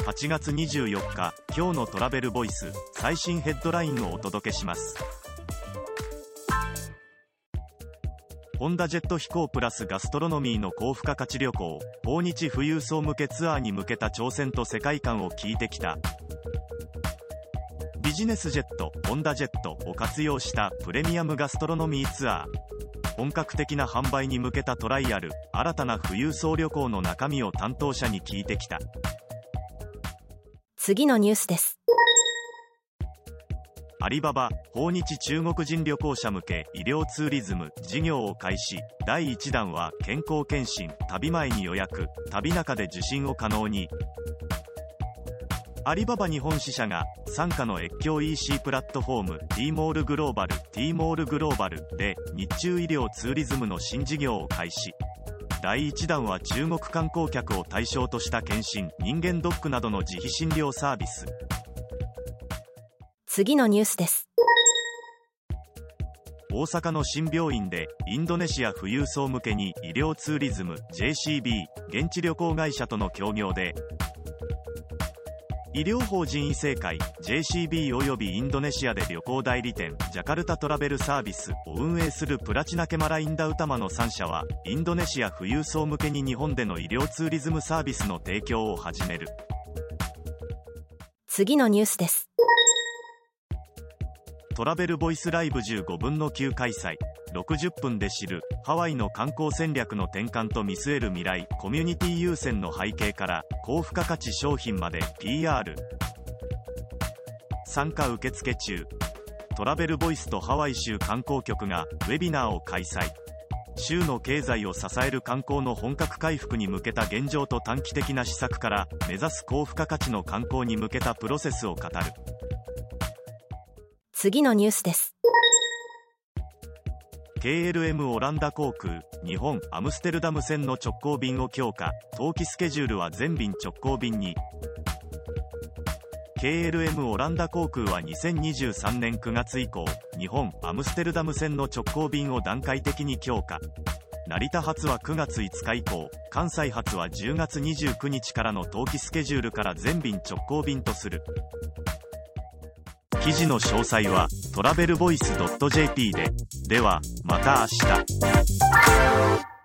8月24日、今日のトラベルボイス、最新ヘッドラインをお届けします。ホンダジェット飛行プラスガストロノミーの高付加価値旅行、訪日富裕層向けツアーに向けた挑戦と世界観を聞いてきた。ビジネスジェット、ホンダジェットを活用したプレミアムガストロノミーツアー。本格的な販売に向けたトライアル、新たな富裕層旅行の中身を担当者に聞いてきた。 次のニュースです。 アリババ、訪日中国人旅行者向け医療ツーリズム事業を開始。第1弾は健康検診、旅前に予約、旅中で受診を可能に。アリババ日本支社が傘下の越境 EC プラットフォーム T モールグローバルで日中医療ツーリズムの新事業を開始。第1弾は中国観光客を対象とした検診、人間ドックなどの自費診療サービス。 次のニュースです。 大阪の新病院でインドネシア富裕層向けに医療ツーリズム JCB 現地旅行会社との協業で医療法人医政会 JCB およびインドネシアで旅行代理店ジャカルタトラベルサービスを運営するプラチナケマラインダウタマの3社はインドネシア富裕層向けに日本での医療ツーリズムサービスの提供を始める。 次のニュースです。 トラベルボイスライブ15分の9開催。60分で知るハワイの観光戦略の転換と見据える未来。コミュニティ優先の背景から高付加価値商品まで PR。 参加受付中。トラベルボイスとハワイ州観光局がウェビナーを開催。州の経済を支える観光の本格回復に向けた現状と短期的な施策から目指す高付加価値の観光に向けたプロセスを語る。 次のニュースです。 KLM オランダ航空、日本アムステルダム線の直行便を強化。冬季スケジュールは全便直行便に。KLM オランダ航空は2023年9月以降、日本アムステルダム線の直行便を段階的に強化。成田発は9月5日以降、関西発は10月29日からの冬季スケジュールから全便直行便とする。記事の詳細はトラベルボイス .jp で。ではまた明日。